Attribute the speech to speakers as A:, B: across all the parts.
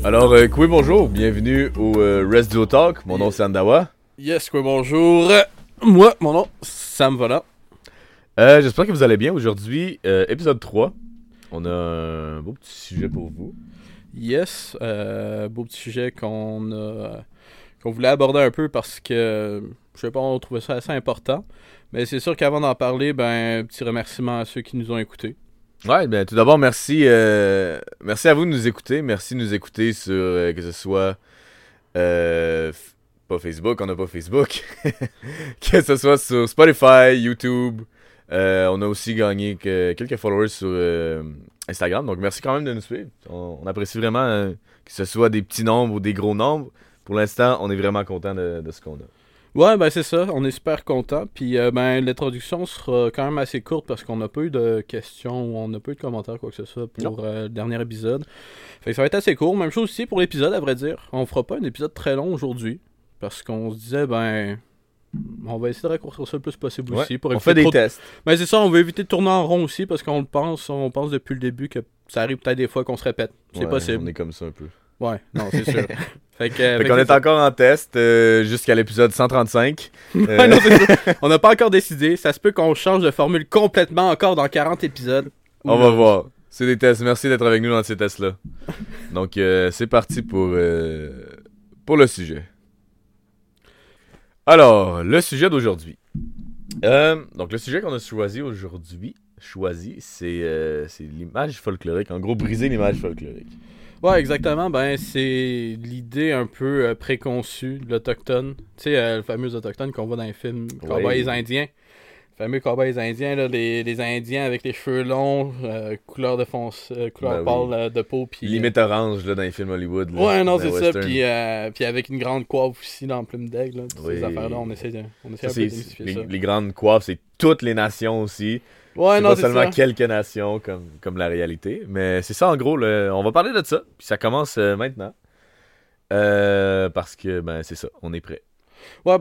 A: Quoi, bonjour, bienvenue au Rest Duo Talk. Mon nom c'est Andawa.
B: Yes, quoi, bonjour. Moi, mon nom, Sam Volant.
A: J'espère que vous allez bien. Aujourd'hui, épisode 3. On a un beau petit sujet pour vous.
B: Yes, beau petit sujet qu'on voulait aborder un peu parce que, je sais pas, on trouvait ça assez important. Mais c'est sûr qu'avant d'en parler, un petit remerciement à ceux qui nous ont écoutés.
A: Ouais, ben tout d'abord, merci à vous de nous écouter. Merci de nous écouter sur, que ce soit, pas Facebook, on n'a pas Facebook. Que ce soit sur Spotify, YouTube. On a aussi gagné quelques followers sur Instagram. Donc, merci quand même de nous suivre. On apprécie vraiment que ce soit des petits nombres ou des gros nombres. Pour l'instant, on est vraiment content de ce qu'on a.
B: Ouais, c'est ça, on est super content. Puis l'introduction sera quand même assez courte parce qu'on n'a pas eu de questions ou on n'a pas eu de commentaires, quoi que ce soit, pour le dernier épisode. Fait que ça va être assez court. Même chose aussi pour l'épisode, à vrai dire. On fera pas un épisode très long aujourd'hui parce qu'on se disait, on va essayer de raccourcir ça le plus possible aussi. Pour
A: on fait des tests.
B: C'est ça, on veut éviter de tourner en rond aussi parce qu'on pense depuis le début que ça arrive peut-être des fois qu'on se répète. C'est possible.
A: On est comme ça un peu.
B: Ouais, non, c'est sûr. Fait
A: qu'on est encore en test jusqu'à l'épisode 135.
B: Ouais, non, c'est ça. On n'a pas encore décidé. Ça se peut qu'on change de formule complètement encore dans 40 épisodes.
A: On va voir. C'est des tests. Merci d'être avec nous dans ces tests-là. Donc, c'est parti pour le sujet. Alors, le sujet d'aujourd'hui. Donc, le sujet qu'on a choisi aujourd'hui, c'est l'image folklorique. En gros, briser l'image folklorique.
B: Ouais, exactement. C'est l'idée un peu préconçue de l'Autochtone. Tu sais, le fameux Autochtone qu'on voit dans les films Cowboys Indiens. Le fameux Cowboys Indiens, là, les Indiens avec les cheveux longs, couleur pâle de peau. Pis,
A: limite orange là, dans les films Hollywood. Là,
B: ouais, non, c'est ça. Puis avec une grande coiffe aussi dans Plume d'Aigle. Ces affaires-là, on essaie un peu de démystifier ça.
A: Les grandes coiffes, c'est toutes les nations aussi.
B: Ouais,
A: c'est
B: non,
A: pas
B: c'est
A: seulement
B: ça.
A: quelques nations comme la réalité. Mais c'est ça, en gros. On va parler de ça. Puis ça commence maintenant. Parce que, c'est ça. On est prêt.
B: Ouais,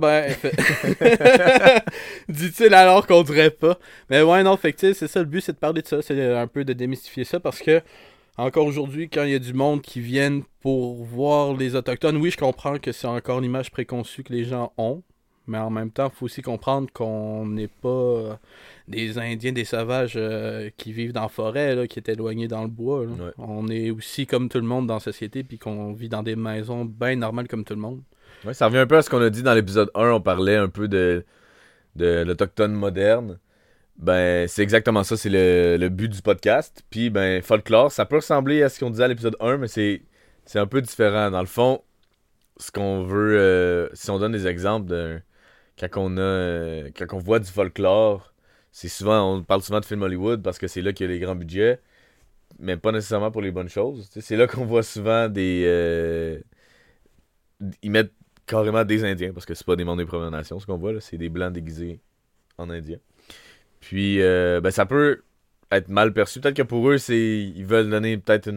B: dit-il alors qu'on dirait pas. Mais ouais, non, fait que c'est ça, le but, c'est de parler de ça. C'est un peu de démystifier ça parce que, encore aujourd'hui, quand il y a du monde qui viennent pour voir les Autochtones, oui, je comprends que c'est encore l'image préconçue que les gens ont. Mais en même temps, il faut aussi comprendre qu'on n'est pas des Indiens, des sauvages qui vivent dans la forêt, là, qui est éloignés dans le bois. Là.
A: Ouais.
B: On est aussi comme tout le monde dans la société, puis qu'on vit dans des maisons bien normales comme tout le monde.
A: Ouais, ça revient un peu à ce qu'on a dit dans l'épisode 1. On parlait un peu de l'Autochtone moderne. C'est exactement ça. C'est le but du podcast. Puis, folklore, ça peut ressembler à ce qu'on disait à l'épisode 1, mais c'est un peu différent. Dans le fond, ce qu'on veut... si on donne des exemples quand on voit du folklore, on parle souvent de films Hollywood parce que c'est là qu'il y a les grands budgets, mais pas nécessairement pour les bonnes choses. C'est là qu'on voit souvent ils mettent carrément des Indiens, parce que c'est pas des membres des Premières Nations, ce qu'on voit là, c'est des Blancs déguisés en Indiens. Puis, ça peut être mal perçu. Peut-être que pour eux, ils veulent donner peut-être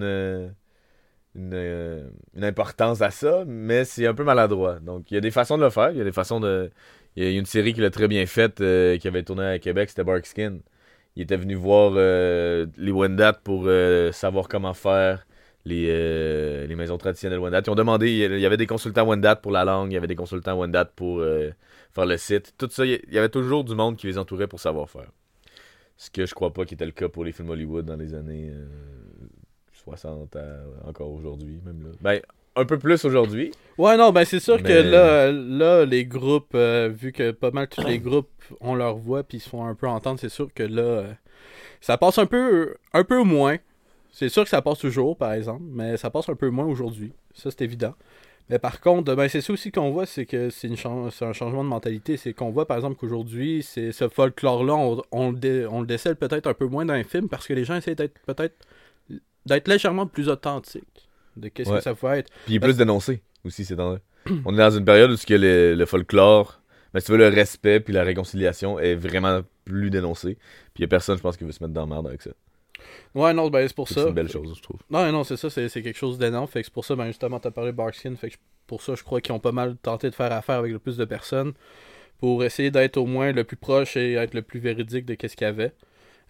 A: une importance à ça, mais c'est un peu maladroit. Donc, il y a des façons de le faire. Il y a des façons de... Il y a une série qui l'a très bien faite, qui avait tourné à Québec, c'était Barkskin. Il était venu voir les Wendat pour savoir comment faire les maisons traditionnelles Wendat. Ils ont demandé, il y avait des consultants Wendat pour la langue, il y avait des consultants Wendat pour faire le site. Tout ça, il y avait toujours du monde qui les entourait pour savoir faire. Ce que je crois pas qui était le cas pour les films Hollywood dans les années 60 encore aujourd'hui, même là. Un peu plus aujourd'hui.
B: Ouais, non, c'est sûr que là, les groupes, vu que pas mal tous les groupes ont leur voix puis ils se font un peu entendre, c'est sûr que là, ça passe un peu moins. C'est sûr que ça passe toujours, par exemple, mais ça passe un peu moins aujourd'hui. Ça, c'est évident. Mais par contre, c'est ça aussi qu'on voit, c'est que c'est un changement de mentalité. C'est qu'on voit, par exemple, qu'aujourd'hui, c'est ce folklore-là, on le décèle peut-être un peu moins dans les films parce que les gens essaient d'être légèrement plus authentiques de qu'est-ce que ça peut être.
A: Puis il est plus dénoncé aussi, c'est dans... On est dans une période où le folklore, si tu veux, le respect puis la réconciliation est vraiment plus dénoncé. Puis il y a personne, je pense, qui veut se mettre dans la merde avec ça.
B: Ouais, non, c'est pour ça.
A: C'est une belle chose, je trouve.
B: Non, c'est ça, c'est quelque chose d'énorme. Fait que c'est pour ça, justement, t'as parlé de Barkskin. Fait que pour ça, je crois qu'ils ont pas mal tenté de faire affaire avec le plus de personnes pour essayer d'être au moins le plus proche et être le plus véridique de qu'est-ce qu'il y avait.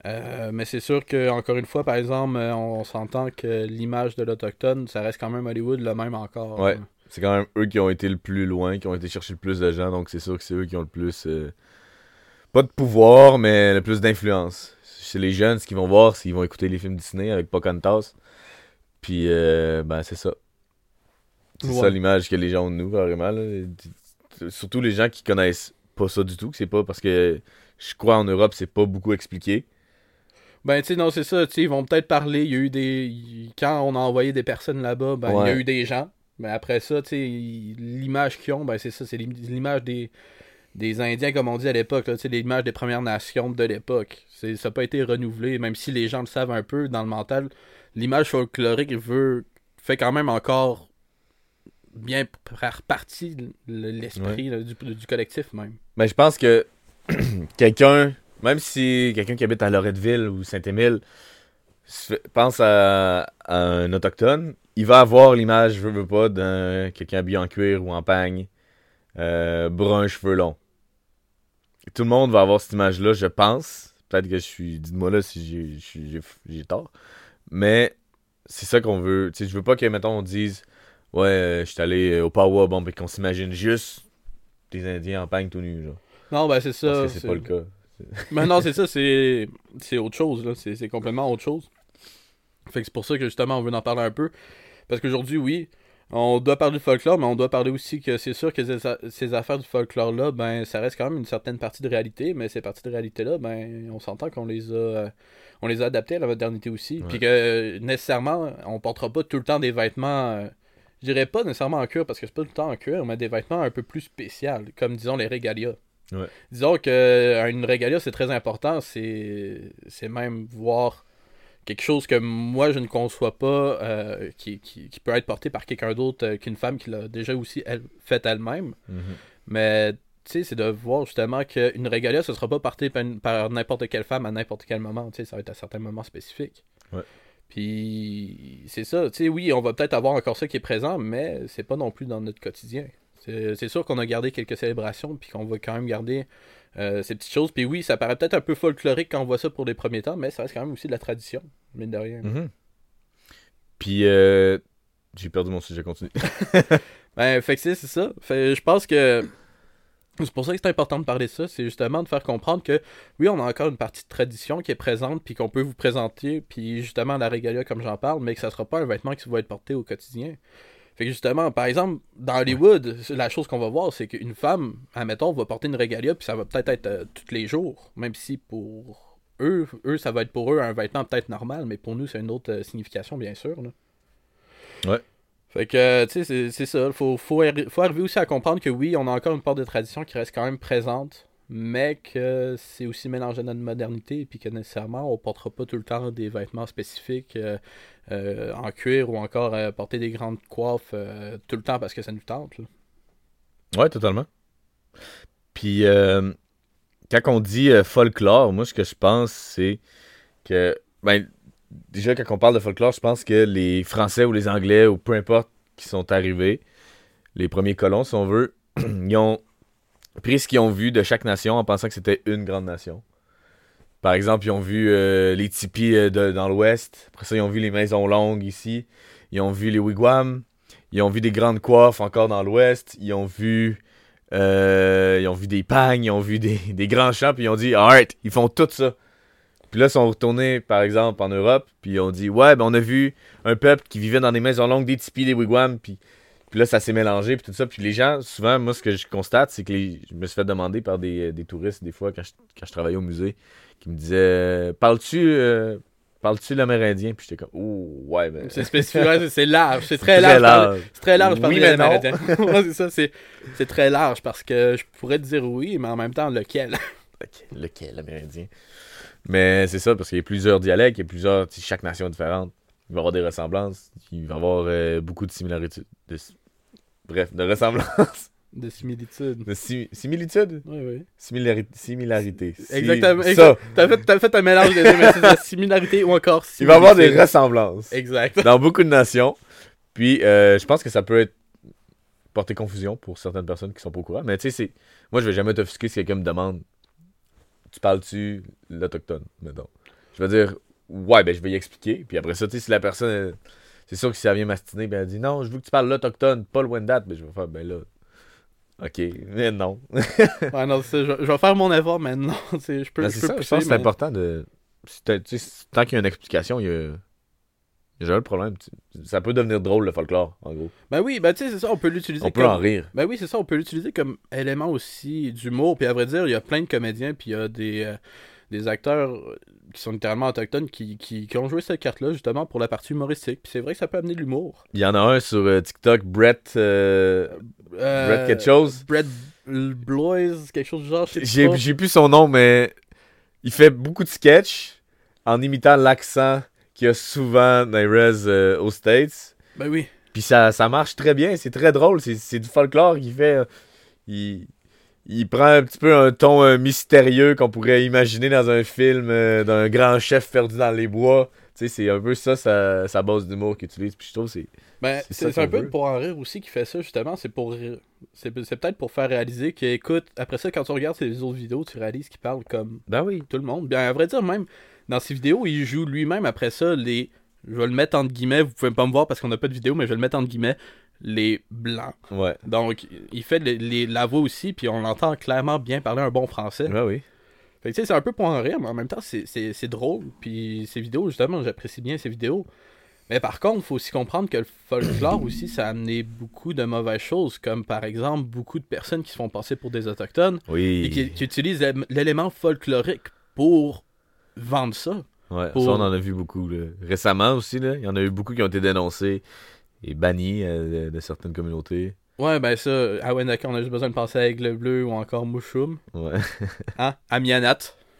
B: Mais c'est sûr que, encore une fois, par exemple, on s'entend que l'image de l'Autochtone, ça reste quand même Hollywood le même encore.
A: Ouais. C'est quand même eux qui ont été le plus loin, qui ont été chercher le plus de gens, donc c'est sûr que c'est eux qui ont le plus... pas de pouvoir, mais le plus d'influence. C'est les jeunes, ce qu'ils vont voir, s'ils vont écouter les films Disney avec Pocahontas. Puis, ben, c'est ça. C'est ça l'image que les gens ont de nous, carrément. Là. Surtout les gens qui connaissent pas ça du tout, que c'est pas parce que je crois en Europe, c'est pas beaucoup expliqué.
B: Ben, tu sais, non, c'est ça. Tu sais, ils vont peut-être parler. Il y a eu des. Quand on a envoyé des personnes là-bas, ben, il y a eu des gens. Mais après ça, tu sais, l'image qu'ils ont, ben, c'est ça. C'est l'image des Indiens, comme on dit à l'époque. Tu sais, l'image des Premières Nations de l'époque. Ça n'a pas été renouvelé, même si les gens le savent un peu dans le mental. L'image folklorique fait quand même encore bien faire partie de l'esprit du collectif, même.
A: Mais je pense que quelqu'un, même si quelqu'un qui habite à Loretteville ou Saint-Émile pense à un autochtone, il va avoir l'image, je veux pas, d'un quelqu'un habillé en cuir ou en pagne, brun, cheveux longs. Tout le monde va avoir cette image-là, je pense. Peut-être que dites-moi là si j'ai tort. Mais c'est ça qu'on veut. Tu sais, je veux pas que, mettons, on dise ouais, je suis allé au Powwow, bon, ben qu'on s'imagine juste des Indiens en pagne tout nus, genre.
B: Non, ben c'est ça.
A: Parce que c'est pas le cas.
B: Mais non, c'est ça, c'est autre chose, là. C'est complètement autre chose. Fait que c'est pour ça que justement on veut en parler un peu. Parce qu'aujourd'hui, oui, on doit parler du folklore, mais on doit parler aussi que c'est sûr que ces affaires du folklore-là, ben ça reste quand même une certaine partie de réalité, mais ces parties de réalité-là, ben on s'entend qu'on les a adaptées à la modernité aussi.
A: Ouais.
B: Puis que nécessairement, on portera pas tout le temps des vêtements. Je dirais pas nécessairement en cuir parce que c'est pas tout le temps en cuir, mais des vêtements un peu plus spéciaux, comme disons les regalia.
A: Ouais.
B: Disons que une regalia c'est très important, c'est même voir quelque chose que moi je ne conçois pas qui peut être porté par quelqu'un d'autre qu'une femme qui l'a déjà aussi fait elle-même.
A: Mm-hmm.
B: Mais tu sais, c'est de voir justement qu'une regalia ce sera pas porté par n'importe quelle femme à n'importe quel moment, tu sais, ça va être à certains moments spécifiques.
A: Ouais.
B: Puis c'est ça, tu sais, oui, on va peut-être avoir encore ça qui est présent, mais c'est pas non plus dans notre quotidien. C'est sûr qu'on a gardé quelques célébrations, puis qu'on va quand même garder ces petites choses. Puis oui, ça paraît peut-être un peu folklorique quand on voit ça pour les premiers temps, mais ça reste quand même aussi de la tradition, mine de rien.
A: Mm-hmm. Puis j'ai perdu mon sujet, continue.
B: Ben, fait que c'est ça. Fait, je pense que c'est pour ça que c'est important de parler de ça, c'est justement de faire comprendre que oui, on a encore une partie de tradition qui est présente, puis qu'on peut vous présenter, puis justement la regalia comme j'en parle, mais que ça sera pas un vêtement qui va être porté au quotidien. Fait que justement, par exemple, dans Hollywood, la chose qu'on va voir, c'est qu'une femme, admettons, va porter une regalia, puis ça va peut-être être tous les jours, même si pour eux, ça va être pour eux un vêtement peut-être normal, mais pour nous, c'est une autre signification, bien sûr. Là.
A: Ouais.
B: Fait que, tu sais, c'est ça. Faut arriver aussi à comprendre que oui, on a encore une part de tradition qui reste quand même présente, mais que c'est aussi mélangé à notre modernité, puis que nécessairement, on portera pas tout le temps des vêtements spécifiques en cuir ou encore porter des grandes coiffes tout le temps parce que ça nous tente. Là.
A: Ouais, totalement. Puis, quand on dit folklore, moi, ce que je pense, c'est que, ben, déjà, quand on parle de folklore, je pense que les Français ou les Anglais, ou peu importe, qui sont arrivés, les premiers colons, si on veut, ils ont pris ce qu'ils ont vu de chaque nation en pensant que c'était une grande nation. Par exemple, ils ont vu les tipis dans l'Ouest. Après ça, ils ont vu les maisons longues ici. Ils ont vu les wigwams. Ils ont vu des grandes coiffes encore dans l'Ouest. Ils ont vu des pagnes. Ils ont vu des grands champs. Puis ils ont dit, alright, ils font tout ça. Puis là, ils sont retournés, par exemple, en Europe. Puis ils ont dit, ouais, ben on a vu un peuple qui vivait dans des maisons longues, des tipis, des wigwams. Puis là, ça s'est mélangé. Puis tout ça. Puis les gens, souvent, moi, ce que je constate, c'est que je me suis fait demander par des touristes, des fois, quand je travaillais au musée, qui me disaient, parles-tu l'amérindien? Puis j'étais comme, oh, ouais, ben.
B: C'est spécifique, ouais, c'est large. C'est très large. C'est très large
A: oui,
B: parler
A: mais
B: l'amérindien. Ouais, c'est ça, c'est très large parce que je pourrais te dire oui, mais en même temps, lequel?
A: Lequel, l'amérindien? Mais c'est ça, parce qu'il y a plusieurs dialectes, il y a plusieurs. Chaque nation est différente. Il va y avoir des ressemblances. Il va y avoir beaucoup de similarités. Bref, de ressemblances.
B: De similitude.
A: De similitude?
B: Oui.
A: Similarité.
B: Exactement.
A: Ça.
B: T'as fait un mélange des deux, mais c'est de la similarité ou encore similitude.
A: Il va y avoir des ressemblances.
B: Exact.
A: Dans beaucoup de nations. Puis, je pense que ça peut porter confusion pour certaines personnes qui sont pas au courant. Mais tu sais, moi, je vais jamais t'offusquer si quelqu'un me demande, tu parles-tu l'autochtone, mettons. je vais dire, ouais, ben je vais y expliquer. Puis après ça, tu sais, si la personne, c'est sûr que si elle vient m'astiner, ben elle dit, non, je veux que tu parles l'autochtone, pas le Wendat. Ben je vais faire, ben là, ok, mais non.
B: Ouais, non, je vais faire mon effort maintenant. Je peux,
A: Ben,
B: je
A: c'est
B: peux
A: ça, je
B: pousser,
A: pense que c'est
B: mais...
A: important de. Tu sais, tant qu'il y a une explication, il y a jamais de problème. Ça peut devenir drôle le folklore, en gros.
B: Ben oui, ben tu sais, c'est ça, on peut l'utiliser
A: On peut
B: comme...
A: en rire.
B: Ben oui, c'est ça, on peut l'utiliser comme élément aussi d'humour. Puis à vrai dire, il y a plein de comédiens, puis il y a des acteurs qui sont littéralement autochtones qui ont joué cette carte-là, justement, pour la partie humoristique. Puis c'est vrai que ça peut amener de l'humour.
A: Il y en a un sur TikTok, Brett quelque chose.
B: Brett Bloise, quelque chose du genre, je sais pas.
A: J'ai plus son nom, mais il fait beaucoup de sketchs en imitant l'accent qu'il y a souvent dans les res aux States.
B: Ben oui.
A: Puis ça marche très bien, c'est très drôle, c'est du folklore qu'il fait. Il prend un petit peu un ton mystérieux qu'on pourrait imaginer dans un film d'un grand chef perdu dans les bois. Tu sais, c'est un peu ça, sa base d'humour qu'il utilise. Puis je trouve que
B: c'est un peu pour en rire aussi qui fait ça, justement. C'est peut-être pour faire réaliser que, écoute, après ça, quand tu regardes ces autres vidéos, tu réalises qu'il parle comme
A: ben oui.
B: tout le monde. Bien, à vrai dire, même dans ces vidéos, il joue lui-même après ça je vais le mettre entre guillemets, vous pouvez pas me voir parce qu'on n'a pas de vidéo, mais je vais le mettre entre guillemets, les blancs.
A: Ouais.
B: Donc, il fait la voix aussi, puis on l'entend clairement bien parler un bon français.
A: Ben oui.
B: Fait que tu sais, c'est un peu pour en rire, mais en même temps, c'est drôle. Puis ces vidéos, justement, j'apprécie bien ces vidéos. Mais par contre, il faut aussi comprendre que le folklore aussi, ça a amené beaucoup de mauvaises choses, comme par exemple beaucoup de personnes qui se font passer pour des autochtones
A: Oui.
B: et qui utilisent l'élément folklorique pour vendre ça.
A: Ouais, ça on en a vu beaucoup. Là. Récemment aussi, là, il y en a eu beaucoup qui ont été dénoncés et bannis de certaines communautés.
B: Ouais, ben ça, ah ouais, d'accord, on a juste besoin de penser à Aigle Bleu ou encore Mouchoum.
A: Ouais.
B: Hein? Amianat.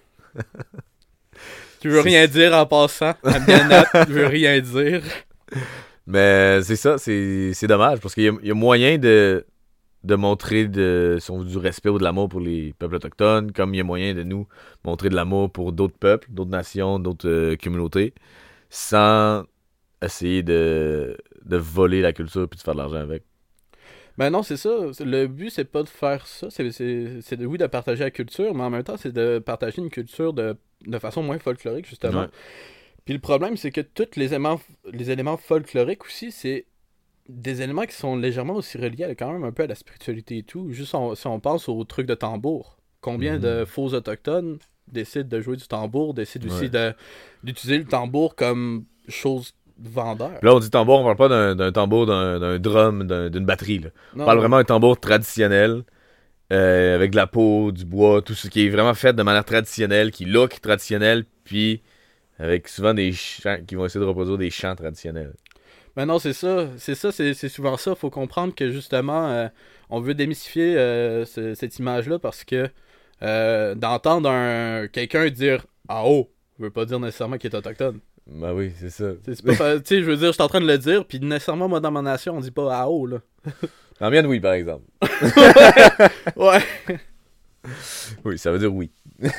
B: Tu veux rien dire en passant. Amianat, tu veux rien dire.
A: Mais c'est ça, c'est dommage parce qu'il y a moyen de montrer si on veut, du respect ou de l'amour pour les peuples autochtones, comme il y a moyen de nous montrer de l'amour pour d'autres peuples, d'autres nations, d'autres communautés, sans essayer de voler la culture puis de faire de l'argent avec.
B: Ben non, c'est ça. Le but, c'est pas de faire ça. C'est oui, de partager la culture, mais en même temps, c'est de partager une culture de façon moins folklorique, justement.
A: Ouais.
B: Puis le problème, c'est que tous les éléments folkloriques aussi, c'est des éléments qui sont légèrement aussi reliés quand même un peu à la spiritualité et tout. Juste si on pense aux trucs de tambour. Combien de faux autochtones décident de jouer du tambour, décident aussi d'utiliser le tambour comme chose vendeur.
A: Là, on dit tambour, on parle pas d'un tambour, d'un drum, d'une batterie. Là. On parle vraiment d'un tambour traditionnel, avec de la peau, du bois, tout ce qui est vraiment fait de manière traditionnelle, qui look traditionnel, puis avec souvent des chants qui vont essayer de reproduire des chants traditionnels.
B: Ben non, c'est souvent ça. Faut comprendre que justement, on veut démystifier cette image-là parce que d'entendre quelqu'un dire « Ah oh », veut pas dire nécessairement qu'il est autochtone.
A: Ben oui, c'est ça.
B: Tu sais, je veux dire, je suis en train de le dire, puis nécessairement, moi, dans ma nation, on dit pas « Ah oh », là.
A: Dans la mienne, oui, par exemple.
B: Ouais.
A: Oui, ça veut dire oui.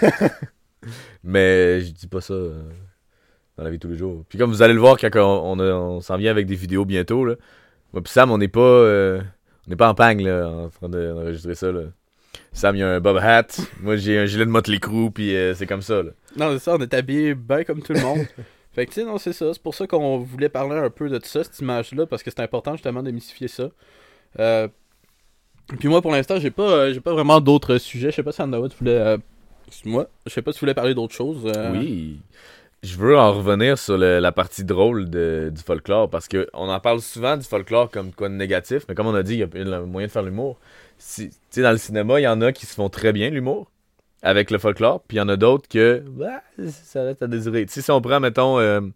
A: Mais je dis pas ça dans la vie de tous les jours. Puis comme vous allez le voir quand on s'en vient avec des vidéos bientôt, là, moi pis Sam, on n'est pas en pagne là, en train d'enregistrer ça. Là. Sam, il a un bob hat. Moi, j'ai un gilet de Motley Crue, puis c'est comme ça. Là.
B: Non, c'est ça, on est habillés bien comme tout le monde. Fait que tu sais, non, c'est ça. C'est pour ça qu'on voulait parler un peu de tout ça, cette image-là, parce que c'est important justement de mystifier ça. Puis moi, pour l'instant, j'ai pas vraiment d'autres sujets. Je sais pas si Anna, tu voulais... Excuse-moi. Je sais pas si tu voulais parler d'autres choses.
A: Oui. Je veux en revenir sur la partie drôle du folklore, parce qu'on en parle souvent du folklore comme quoi de négatif, mais comme on a dit, il y a un moyen de faire l'humour. Tu sais, dans le cinéma, il y en a qui se font très bien l'humour avec le folklore, puis il y en a d'autres que ça reste à désirer. Tu sais, si on prend, mettons,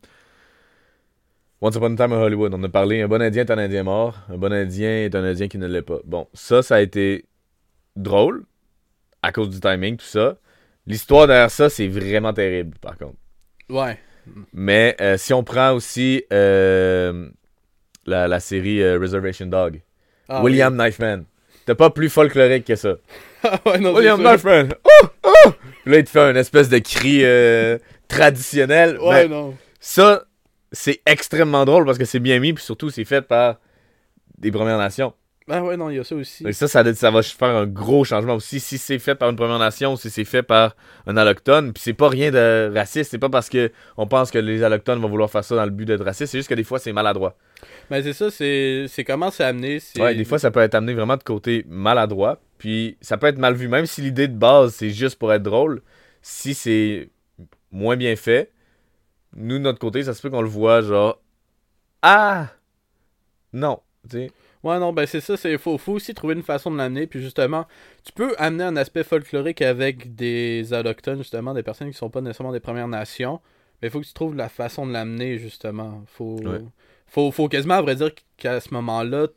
A: Once Upon a Time in Hollywood, on a parlé, un bon Indien est un Indien mort, un bon Indien est un Indien qui ne l'est pas. Bon, ça a été drôle, à cause du timing, tout ça. L'histoire derrière ça, c'est vraiment terrible, par contre.
B: Ouais.
A: Mais si on prend aussi la série Reservation Dog, William Knifeman, t'as pas plus folklorique que ça.
B: Ouais, non,
A: William Knifeman! Oh! Oh! Puis là, il te fait une espèce de cri traditionnel.
B: Ouais,
A: mais
B: non.
A: ça, c'est extrêmement drôle parce que c'est bien mis, puis surtout, c'est fait par des Premières Nations.
B: Ah ouais, non, il y a ça aussi.
A: Donc ça va faire un gros changement aussi si c'est fait par une Première Nation ou si c'est fait par un Allochtone. Puis c'est pas rien de raciste, c'est pas parce que on pense que les Allochtones vont vouloir faire ça dans le but d'être raciste, c'est juste que des fois c'est maladroit.
B: Ben c'est ça, c'est comment c'est amené.
A: Ouais, des fois ça peut être amené vraiment de côté maladroit, puis ça peut être mal vu, même si l'idée de base c'est juste pour être drôle. Si c'est moins bien fait, nous de notre côté, ça se peut qu'on le voit genre ah non, tu sais.
B: Ouais, non, ben c'est ça, faut aussi trouver une façon de l'amener, puis justement, tu peux amener un aspect folklorique avec des autochtones, justement, des personnes qui sont pas nécessairement des Premières Nations, mais il faut que tu trouves la façon de l'amener, justement.
A: Ouais.
B: Faut quasiment, à vrai dire, qu'à ce moment-là,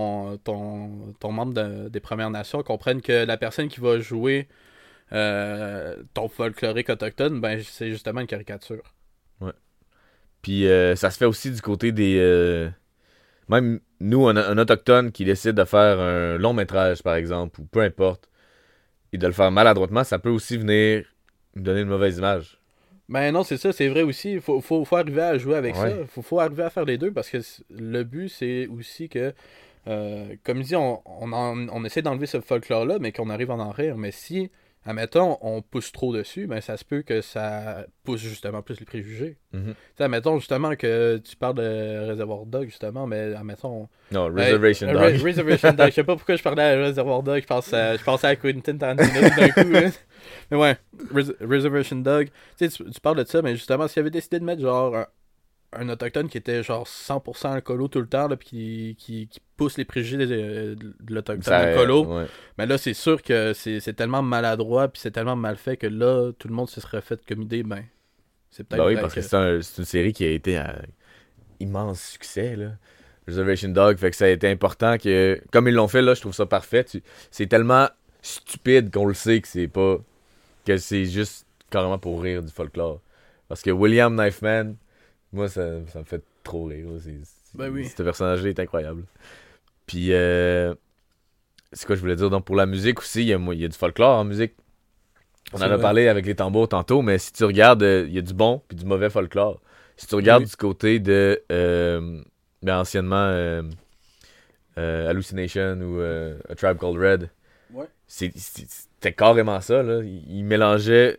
B: ton membre des Premières Nations comprenne que la personne qui va jouer ton folklorique autochtone, ben c'est justement une caricature.
A: Ouais. Puis ça se fait aussi du côté des même nous, un autochtone qui décide de faire un long métrage, par exemple, ou peu importe, et de le faire maladroitement, ça peut aussi venir nous donner une mauvaise image.
B: Ben non, c'est ça, c'est vrai aussi. Faut arriver à jouer avec
A: Ouais.
B: ça. Faut arriver à faire les deux parce que le but, c'est aussi que, comme je dis, on essaie d'enlever ce folklore-là, mais qu'on arrive à en rire. Mais si, admettons, on pousse trop dessus, ben ça se peut que ça pousse justement plus les préjugés.
A: Mhm.
B: Tu sais, admettons justement que tu parles de Reservoir Dog, justement, mais admettons.
A: Non, Reservation Dog.
B: Reservation Dog. Je sais pas pourquoi je parlais à Reservoir Dog, je pensais à Quentin Tarantino tout d'un coup. Hein. Mais ouais, Reservation Dog. Tu sais, tu parles de ça, mais justement, s'il avait décidé de mettre genre un autochtone qui était genre 100% alcoolo tout le temps, là, puis qui pousse les préjugés de l'autochtone alcoolo,
A: ouais.
B: mais là, c'est sûr que c'est tellement maladroit, puis c'est tellement mal fait que là, tout le monde se serait fait comme idée, ben, c'est peut-être
A: Ben oui,
B: vrai
A: parce que c'est une série qui a été à immense succès, là. Reservation Dog, fait que ça a été important que, comme ils l'ont fait, là, je trouve ça parfait. C'est tellement stupide qu'on le sait que c'est pas, que c'est juste carrément pour rire du folklore. Parce que William Knifeman, moi, ça me fait trop rire, là.
B: Ben oui.
A: Ce personnage-là est incroyable. Puis, c'est quoi je voulais dire? Donc, pour la musique aussi, il y a du folklore en musique. On en a parlé avec les tambours tantôt, mais si tu regardes, il y a du bon puis du mauvais folklore. Si tu regardes du côté de, ben, anciennement, Hallucination ou A Tribe Called Red,
B: Ouais.
A: c'était carrément ça, là. Il mélangeait,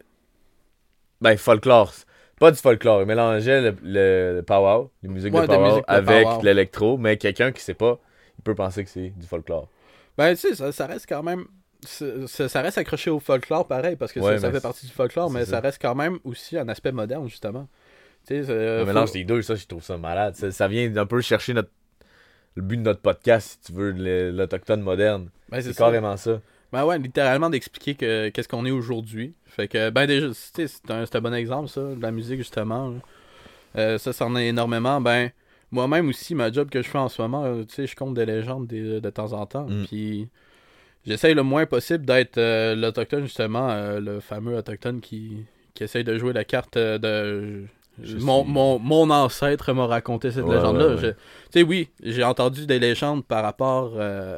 A: ben, folklore. Pas du folklore, il mélangeait le pow-wow, les musiques de pow-wow, avec
B: pow-wow.
A: l'électro, mais quelqu'un qui sait pas, il peut penser que c'est du folklore.
B: Ben, tu sais, ça reste quand même. Ça reste accroché au folklore, pareil, parce que
A: Ouais,
B: ça
A: mais
B: fait partie du folklore, mais
A: ça.
B: ça reste quand même aussi un aspect moderne, justement. Tu sais,
A: Le mélange des deux, ça, je trouve ça malade. Ça vient d'un peu chercher le but de notre podcast, si tu veux, l'autochtone moderne.
B: Ben,
A: C'est carrément ça.
B: Ben ouais, littéralement d'expliquer qu'est-ce qu'on est aujourd'hui. Fait que, ben déjà, tu sais, c'est un bon exemple, ça, de la musique, justement. Ça, c'en est énormément. Ben, moi-même aussi, ma job que je fais en ce moment, tu sais, je compte des légendes de temps en temps. Puis, j'essaye le moins possible d'être l'autochtone, justement, le fameux autochtone qui essaye de jouer la carte de... Mon ancêtre m'a raconté cette légende-là.
A: Ouais.
B: Tu sais, oui, j'ai entendu des légendes par rapport...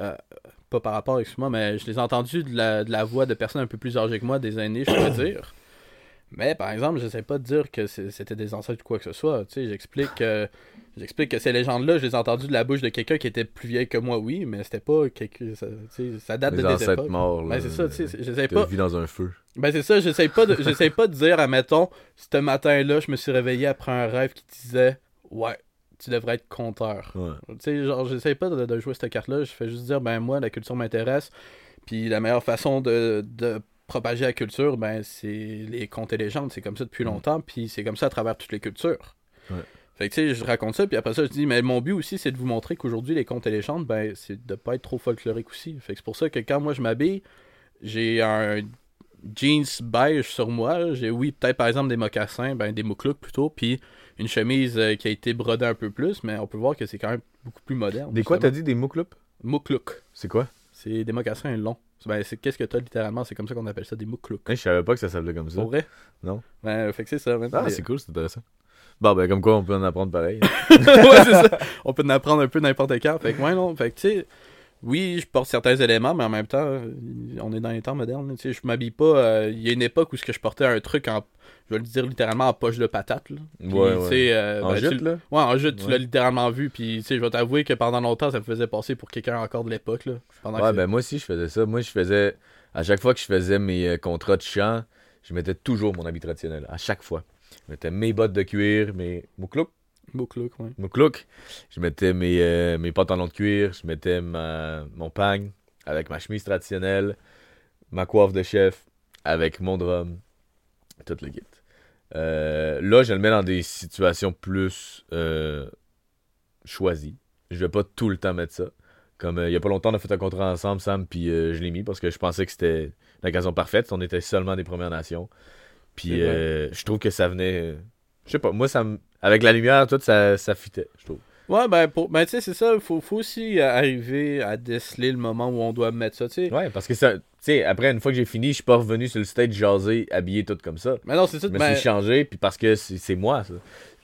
B: pas par rapport, excuse-moi, mais je les ai entendus de la voix de personnes un peu plus âgées que moi, des aînés, je pourrais dire. Mais, par exemple, j'essaie pas de dire que c'était des ancêtres ou quoi que ce soit. Tu sais, j'explique que ces légendes-là, je les ai entendues de la bouche de quelqu'un qui était plus vieil que moi, oui, mais c'était pas... Ça date
A: Les
B: de des
A: ancêtres
B: époques.
A: morts, là.
B: Ben, c'est ça, tu sais, j'essaie
A: Que
B: pas...
A: tu vis dans un feu.
B: Ben c'est ça, j'essaie pas de dire, admettons, ce matin-là, je me suis réveillé après un rêve qui disait « Ouais, tu devrais être conteur.
A: Ouais. »
B: Tu sais, genre, j'essaie pas de jouer cette carte-là, je fais juste dire « Ben moi, la culture m'intéresse, puis la meilleure façon de propager la culture, ben c'est les contes et légendes, c'est comme ça depuis longtemps, puis c'est comme ça à travers toutes les cultures.
A: Ouais. »
B: Fait que tu sais, je raconte ça, puis après ça, je dis « Mais mon but aussi, c'est de vous montrer qu'aujourd'hui, les contes et légendes, ben c'est de pas être trop folklorique aussi. » Fait que c'est pour ça que quand moi je m'habille, j'ai un jeans beige sur moi. J'ai, oui, peut-être par exemple des mocassins, ben des mouclouks plutôt, puis une chemise qui a été brodée un peu plus, mais on peut voir que c'est quand même beaucoup plus moderne.
A: Des quoi t'as dit, des moukloups?
B: Mouklouk.
A: C'est quoi?
B: C'est des mocassins longs. Ben, qu'est-ce que t'as littéralement? C'est comme ça qu'on appelle ça, des mouklouks.
A: Je savais pas que ça s'appelait comme ça.
B: Pour vrai?
A: Non.
B: Ben, fait que c'est ça.
A: Ah, c'est cool, c'est intéressant. Bon, ben, comme quoi, on peut en apprendre pareil.
B: Ouais, c'est ça. On peut en apprendre un peu n'importe quand. Fait que, ouais, non. Fait que, tu sais, Oui, je porte certains éléments, mais en même temps, on est dans les temps modernes. Tu sais, je m'habille pas. Il y a une époque où ce que je portais un truc je vais le dire littéralement en poche de patate. Là. Puis,
A: Ouais,
B: tu
A: ouais.
B: sais,
A: En jute, là?
B: Ouais, en jute, tu
A: Ouais.
B: l'as littéralement vu. Puis, tu sais, je vais t'avouer que pendant longtemps, ça me faisait passer pour quelqu'un encore de l'époque. Là. Pendant
A: Ouais,
B: que
A: ben moi aussi, je faisais ça. Moi, je faisais. À chaque fois que je faisais mes contrats de chant, je mettais toujours mon habit traditionnel. À chaque fois. Je mettais mes bottes de cuir, mes mouklouks.
B: Book look, ouais.
A: Mouklouk. Je mettais mes pantalons de cuir. Je mettais mon pagne avec ma chemise traditionnelle. Ma coiffe de chef avec mon drum. Tout le kit. Là, je le mets dans des situations plus choisies. Je vais pas tout le temps mettre ça. Comme il y a pas longtemps, on a fait un contrat ensemble, Sam, puis je l'ai mis parce que je pensais que c'était l'occasion parfaite. On était seulement des Premières Nations. Puis
B: C'est vrai.
A: je trouve que ça venait. Je sais pas, moi, avec la lumière, tout, ça fitait, je trouve.
B: Ouais, ben tu sais, c'est ça. Faut aussi arriver à déceler le moment où on doit mettre ça, tu sais.
A: Ouais, parce que ça. Tu sais, après, une fois que j'ai fini, je suis pas revenu sur le stage jaser, habillé tout comme ça.
B: Mais non, c'est ça.
A: Je me
B: Ben,
A: suis changé, puis parce que c'est moi, ça.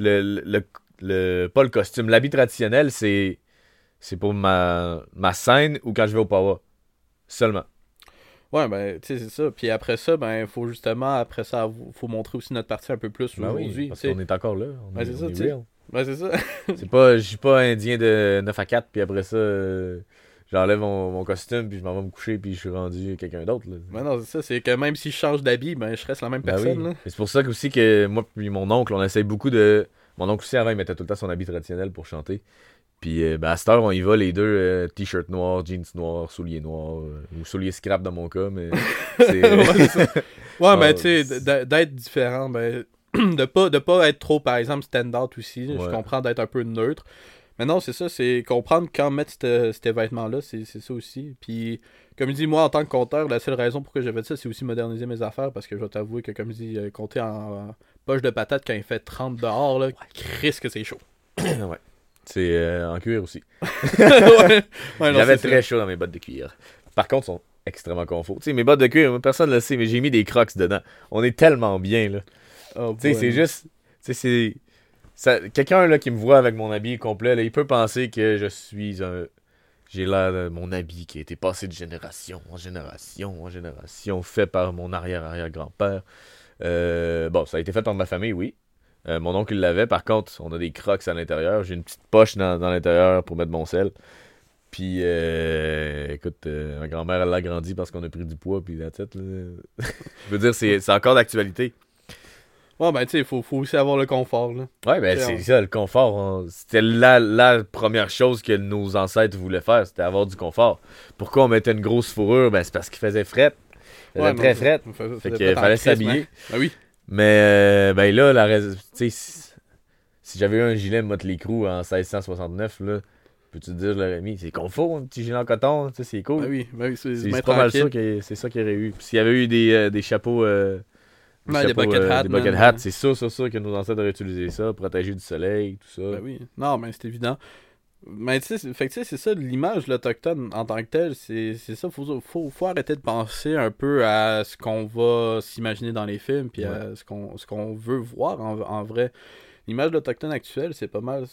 A: Pas le costume. L'habit traditionnel, c'est pour ma scène ou quand je vais au Power. Seulement.
B: ouais, ben, tu sais, c'est ça. Puis après ça, ben, faut justement, après ça, faut montrer aussi notre partie un peu plus
A: Ben oui,
B: aujourd'hui,
A: parce
B: tu sais.
A: qu'on est encore là.
B: Ben, c'est ça,
A: On est
B: tu sais.
A: real.
B: Ben, c'est ça.
A: Je suis pas indien de 9 à 4, puis après ça, j'enlève mon costume, puis je m'en vais me coucher, puis je suis rendu quelqu'un d'autre, là.
B: Ben non, c'est ça. C'est que même si je change d'habit, ben, je reste la même
A: Ben
B: personne,
A: oui.
B: là.
A: Et c'est pour ça que aussi que moi puis mon oncle, on essaye beaucoup de. Mon oncle aussi avant, il mettait tout le temps son habit traditionnel pour chanter. Puis ben, à cette heure, on y va les deux, t-shirt noir, jeans noirs, souliers noirs, ou souliers scrap dans mon cas, mais c'est.
B: Ouais, c'est ça. Ouais, ben,
A: Ah,
B: tu sais, d'être différent, ben, de pas être trop, par exemple, stand-out aussi. Je
A: ouais.
B: comprends d'être un peu neutre. Mais non, c'est ça, c'est comprendre quand mettre ces vêtements-là, c'est ça aussi. Puis, comme je dis, moi, en tant que compteur, la seule raison pour que j'ai fait ça, c'est aussi moderniser mes affaires, parce que je vais t'avouer que, comme je dis, compter en poche de patate quand il fait 30 dehors, là, Christ que c'est chaud.
A: Ouais. C'est en cuir aussi.
B: Ouais, non,
A: J'avais
B: c'est
A: très
B: ça.
A: chaud dans mes bottes de cuir. Par contre, ils sont extrêmement confort. Tu sais, mes bottes de cuir, personne ne le sait, mais j'ai mis des crocs dedans. On est tellement bien, là.
B: Oh,
A: Tu sais,
B: boy,
A: c'est
B: non.
A: juste. Tu sais, c'est. Quelqu'un là qui me voit avec mon habit complet, là, il peut penser que je suis un. J'ai l'air de mon habit qui a été passé de génération en génération en génération, fait par mon arrière-arrière-grand-père. Bon, ça a été fait par ma famille, oui. Mon oncle il l'avait. Par contre, on a des crocs à l'intérieur. J'ai une petite poche dans l'intérieur pour mettre mon sel. Puis, écoute, ma grand-mère, elle l'a grandi parce qu'on a pris du poids, puis la tête, là. Je veux dire, c'est encore d'actualité.
B: Ouais, ben, tu sais, faut aussi avoir le confort, là.
A: Ouais, ben
B: C'est
A: c'est ça, le confort. C'était la première chose que nos ancêtres voulaient faire, c'était avoir du confort. Pourquoi on mettait une grosse fourrure? Ben c'est parce qu'il faisait fret. Il faisait
B: Ouais, non,
A: très fret. Fait
B: faisait
A: qu'il
B: pas
A: fallait
B: tant de
A: s'habiller.
B: Ben oui.
A: Mais ben là, la raison. Tu sais, si j'avais eu un gilet Motley Crue en 1669, là, peux-tu te dire, je l'aurais mis. C'est confort, un petit gilet en coton, tu sais, c'est cool.
B: Ben oui, c'est
A: C'est
B: bien
A: pas mal
B: tranquille.
A: sûr que c'est ça qu'il y aurait eu. Puis s'il y avait eu des chapeaux.
B: Ouais, des bucket hats,
A: des bucket
B: man.
A: hats, c'est sûr que nos ancêtres auraient utilisé ça, protéger du soleil, tout ça.
B: Ben oui. Non, mais c'est évident. Mais tu sais, fait que tu sais, c'est ça, l'image de l'Autochtone en tant que tel, c'est ça, faut arrêter de penser un peu à ce qu'on va s'imaginer dans les films, puis à ce qu'on veut voir en vrai. L'image de l'Autochtone actuelle, c'est pas mal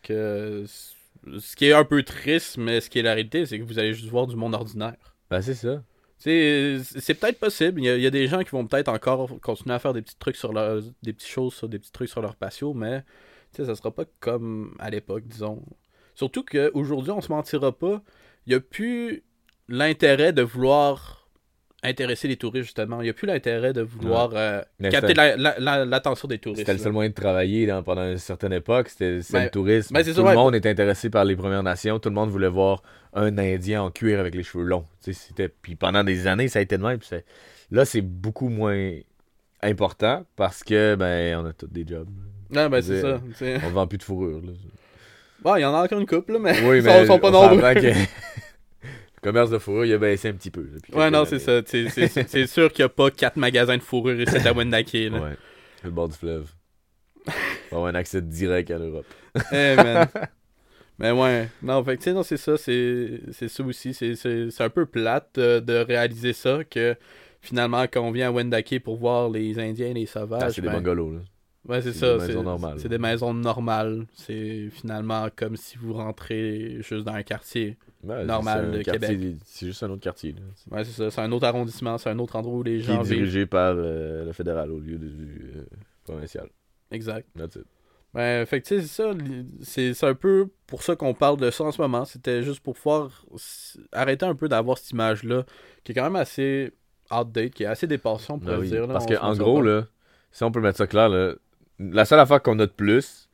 B: ce qui est un peu triste, mais ce qui est la réalité, c'est que vous allez juste voir du monde ordinaire.
A: Ben c'est ça.
B: Tu sais, c'est peut-être possible. Il y a des gens qui vont peut-être encore continuer à faire des petits trucs des petites choses sur des petits trucs sur leur patio, mais tu sais, ça sera pas comme à l'époque, disons. Surtout qu'aujourd'hui, on se mentira pas, il n'y a plus l'intérêt de vouloir intéresser les touristes, justement. Il n'y a plus l'intérêt de vouloir
A: Mais
B: capter l'attention des touristes.
A: c'était le seul
B: là.
A: moyen de travailler pendant une certaine époque, c'est
B: Ben,
A: le tourisme.
B: ben, c'est
A: Tout
B: ça,
A: le
B: ouais.
A: monde était intéressé par les Premières Nations, tout le monde voulait voir un Indien en cuir avec les cheveux longs. Tu sais, puis pendant des années, ça a été de même. Là, c'est beaucoup moins important parce que ben on a tous des jobs.
B: Non, ben
A: Je veux
B: c'est
A: dire,
B: ça. tu sais.
A: On vend plus de fourrure. Là.
B: Bon, il y en a encore une couple, là, mais
A: Oui,
B: ils
A: mais
B: sont pas
A: on
B: nombreux.
A: s'entend que le commerce de fourrure, il a baissé un petit peu. Depuis
B: Ouais, non,
A: quelques
B: c'est
A: années.
B: ça. C'est sûr qu'il n'y a pas 4 magasins de fourrure ici à Wendake. Là.
A: Ouais, sur le bord du fleuve. On va avoir un accès direct à l'Europe.
B: Eh, man. Mais ouais, non, fait que, tu sais, non, c'est ça, c'est ça aussi. C'est un peu plate de réaliser ça, que finalement, quand on vient à Wendake pour voir les Indiens et les sauvages.
A: Ah, c'est des bungalows, là.
B: Ouais, c'est
A: C'est
B: ça.
A: des maisons normales.
B: C'est des maisons normales. C'est finalement comme si vous rentrez juste dans un quartier. normal de Québec.
A: C'est juste un autre quartier. Là.
B: Ouais, c'est ça. C'est un autre arrondissement. C'est un autre endroit où les gens
A: vivent. Qui est dirigé par le fédéral au lieu du provincial.
B: Exact.
A: That's it.
B: Fait que tu sais, c'est ça. C'est un peu pour ça qu'on parle de ça en ce moment. C'était juste pour pouvoir arrêter un peu d'avoir cette image-là, qui est quand même assez outdated, qui est assez dépassée, on pourrait dire. Là,
A: parce qu'en gros, là, si on peut mettre ça clair, là, la seule affaire qu'on a de plus,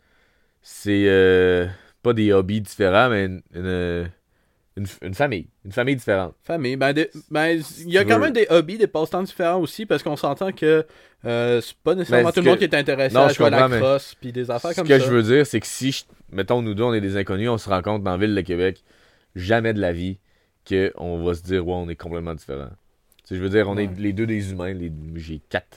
A: c'est pas des hobbies différents, mais une famille. Une famille différente.
B: Famille. Il y a quand même des hobbies, des passe-temps différents aussi, parce qu'on s'entend que c'est pas nécessairement tout le monde qui est intéressé à jouer à la crosse, puis des affaires comme ça.
A: Ce que je veux dire, c'est que si, mettons, nous deux, on est des inconnus, on se rencontre dans la ville de Québec, jamais de la vie qu'on va se dire, ouais, on est complètement différents. Je veux dire, on est les deux des humains. J'ai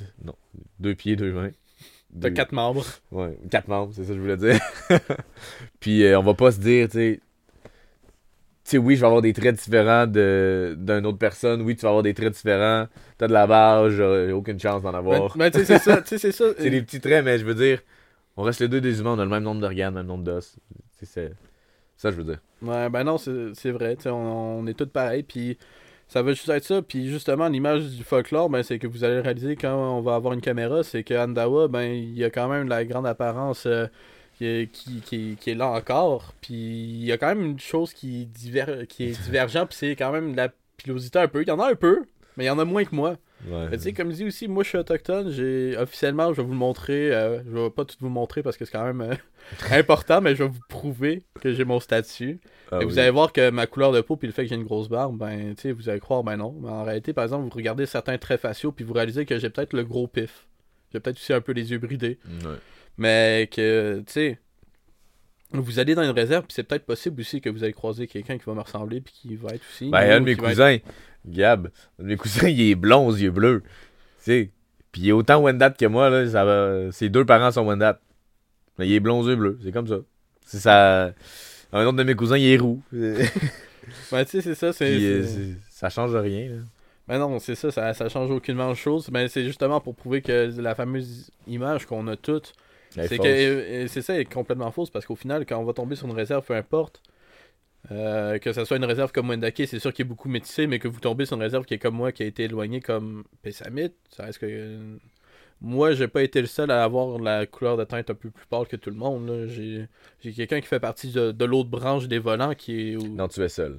A: 2 pieds, 2 mains.
B: T'as 4 membres.
A: Ouais, 4 membres, c'est ça que je voulais dire. Puis on va pas se dire, tu sais, oui, je vais avoir des traits différents d'une autre personne. Oui, tu vas avoir des traits différents. T'as de la barbe, j'ai aucune chance d'en avoir.
B: Mais tu sais, c'est ça.
A: C'est des petits traits, mais je veux dire, on reste les deux des humains, on a le même nombre d'organes, le même nombre d'os. C'est ça, je veux dire.
B: Ouais, ben non, c'est vrai. On est tous pareils, puis ça va juste être ça. Puis justement, l'image du folklore, ben, c'est que vous allez réaliser quand on va avoir une caméra, c'est que Andawa, ben, il y a quand même la grande apparence qui est là encore. Puis il y a quand même une chose qui est divergente, puis c'est quand même la pilosité un peu. Il y en a un peu, mais il y en a moins que moi.
A: Ouais.
B: Tu sais, comme je dis aussi, moi je suis autochtone, officiellement, je vais vous le montrer, je vais pas tout vous montrer parce que c'est quand même important, mais je vais vous prouver que j'ai mon statut. Et vous allez voir que ma couleur de peau puis le fait que j'ai une grosse barbe, ben tu sais, vous allez croire, ben non. Mais en réalité, par exemple, vous regardez certains traits faciaux puis vous réalisez que j'ai peut-être le gros pif. J'ai peut-être aussi un peu les yeux bridés.
A: Ouais.
B: Mais que, tu sais, vous allez dans une réserve puis c'est peut-être possible aussi que vous allez croiser quelqu'un qui va me ressembler puis qui va être aussi...
A: Ben, un de mes cousins, Gab, un de mes cousins, il est blond aux yeux bleus. Tu sais, puis il est autant Wendat que moi, là. Ses 2 parents sont Wendat. Mais il est blond aux yeux bleus, c'est comme ça. C'est ça... Un autre de mes cousins, il est roux.
B: Ben, tu sais, c'est ça.
A: Ça change rien, là.
B: Ben non, c'est ça, ça change aucunement de chose. Ben, c'est justement pour prouver que la fameuse image qu'on a toutes, c'est ça, elle est complètement fausse, parce qu'au final, quand on va tomber sur une réserve, peu importe, que ça soit une réserve comme Wendake, c'est sûr qu'il est beaucoup métissé, mais que vous tombez sur une réserve qui est comme moi, qui a été éloignée comme Pessamit, ça reste que... Moi, j'ai pas été le seul à avoir la couleur de teinte un peu plus pâle que tout le monde. Là. J'ai quelqu'un qui fait partie de l'autre branche des volants qui est...
A: Non, tu es seul.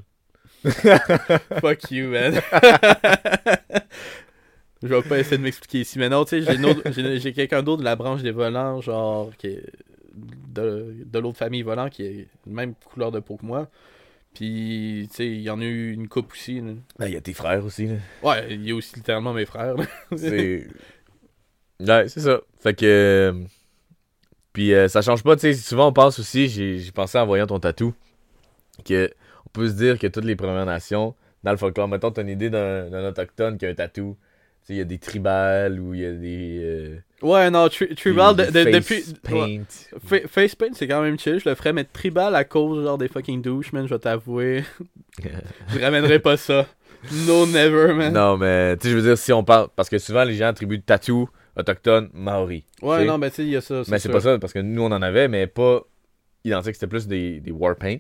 B: Fuck you, man. Je vais pas essayer de m'expliquer ici. Mais non, tu sais, j'ai quelqu'un d'autre de la branche des volants, genre, qui est de l'autre famille volant, qui est la même couleur de peau que moi. Puis, tu sais, il y en a eu une coupe aussi. Là.
A: Ben, il y a tes frères aussi, là.
B: Ouais, il y a aussi littéralement mes frères.
A: C'est... Ouais, c'est ça. Fait que... Puis ça change pas, tu sais, souvent on pense aussi, j'ai pensé en voyant ton tatou, que on peut se dire que toutes les Premières Nations, dans le folklore, mettons, t'as une idée d'un autochtone qui a un tatou, tu sais, il y a des tribales ou il y a des...
B: Ouais, non, tribal, depuis...
A: paint.
B: Face paint, c'est quand même chill, je le ferais, mais tribal à cause, genre, des fucking douches, man, je vais t'avouer. Je ramènerai pas ça. No, never, man.
A: Non, mais, tu sais, je veux dire, si on parle... Parce que souvent, les gens attribuent tatou autochtone maori.
B: Ouais, non, mais tu sais, il y a ça.
A: Mais c'est pas ça, parce que nous, on en avait, mais pas identique. C'était plus des war paint.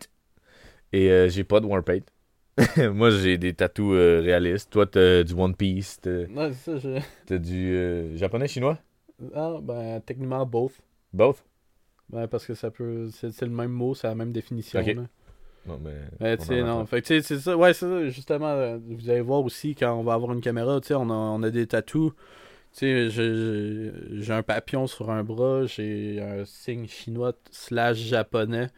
A: Et j'ai pas de war paint. Moi, j'ai des tatous réalistes. Toi, t'as du One Piece.
B: Ouais, c'est ça,
A: T'as du japonais, chinois?
B: Ah, ben, techniquement, both.
A: Both?
B: Ben, parce que ça peut... C'est le même mot, c'est la même définition,
A: Ok.
B: là.
A: Non,
B: mais tu sais, non. Fait que, tu sais, c'est ça. Ouais, c'est ça, justement, vous allez voir aussi, quand on va avoir une caméra, tu sais, on a des tatous. Tu sais, j'ai un papillon sur un bras, j'ai un signe chinois / japonais,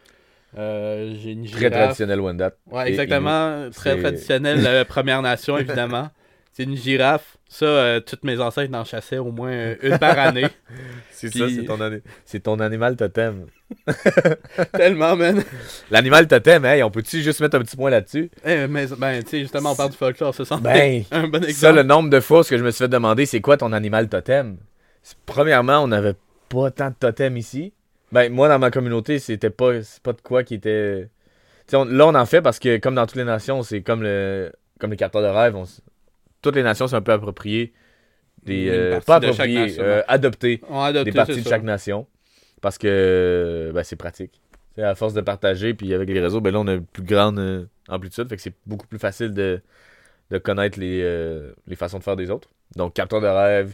B: j'ai une girafe.
A: Très traditionnel Wendat.
B: Ouais, exactement, très traditionnel Première Nation, évidemment. C'est une girafe. Ça, toutes mes ancêtres en chassaient au moins une par année.
A: C'est ça, c'est ton animal totem.
B: Tellement, man.
A: L'animal totem, hey, on peut-tu juste mettre un petit point là-dessus?
B: Mais, ben, tu sais, justement, on parle du folklore, ça sent un bon exemple.
A: Ça, le nombre de fois, ce que je me suis fait demander, c'est quoi ton animal totem? Premièrement, on n'avait pas tant de totems ici. Ben, moi, dans ma communauté, c'est pas de quoi qui était... Là, on en fait parce que, comme dans toutes les nations, c'est comme les cartons de rêve, toutes les nations sont un peu appropriées. Pas appropriées, adoptées des parties de chaque nation. Parce que c'est pratique. T'sais, à force de partager, puis avec les réseaux, ben là, on a une plus grande amplitude. Fait que c'est beaucoup plus facile de connaître les façons de faire des autres. Donc, capteur de rêve,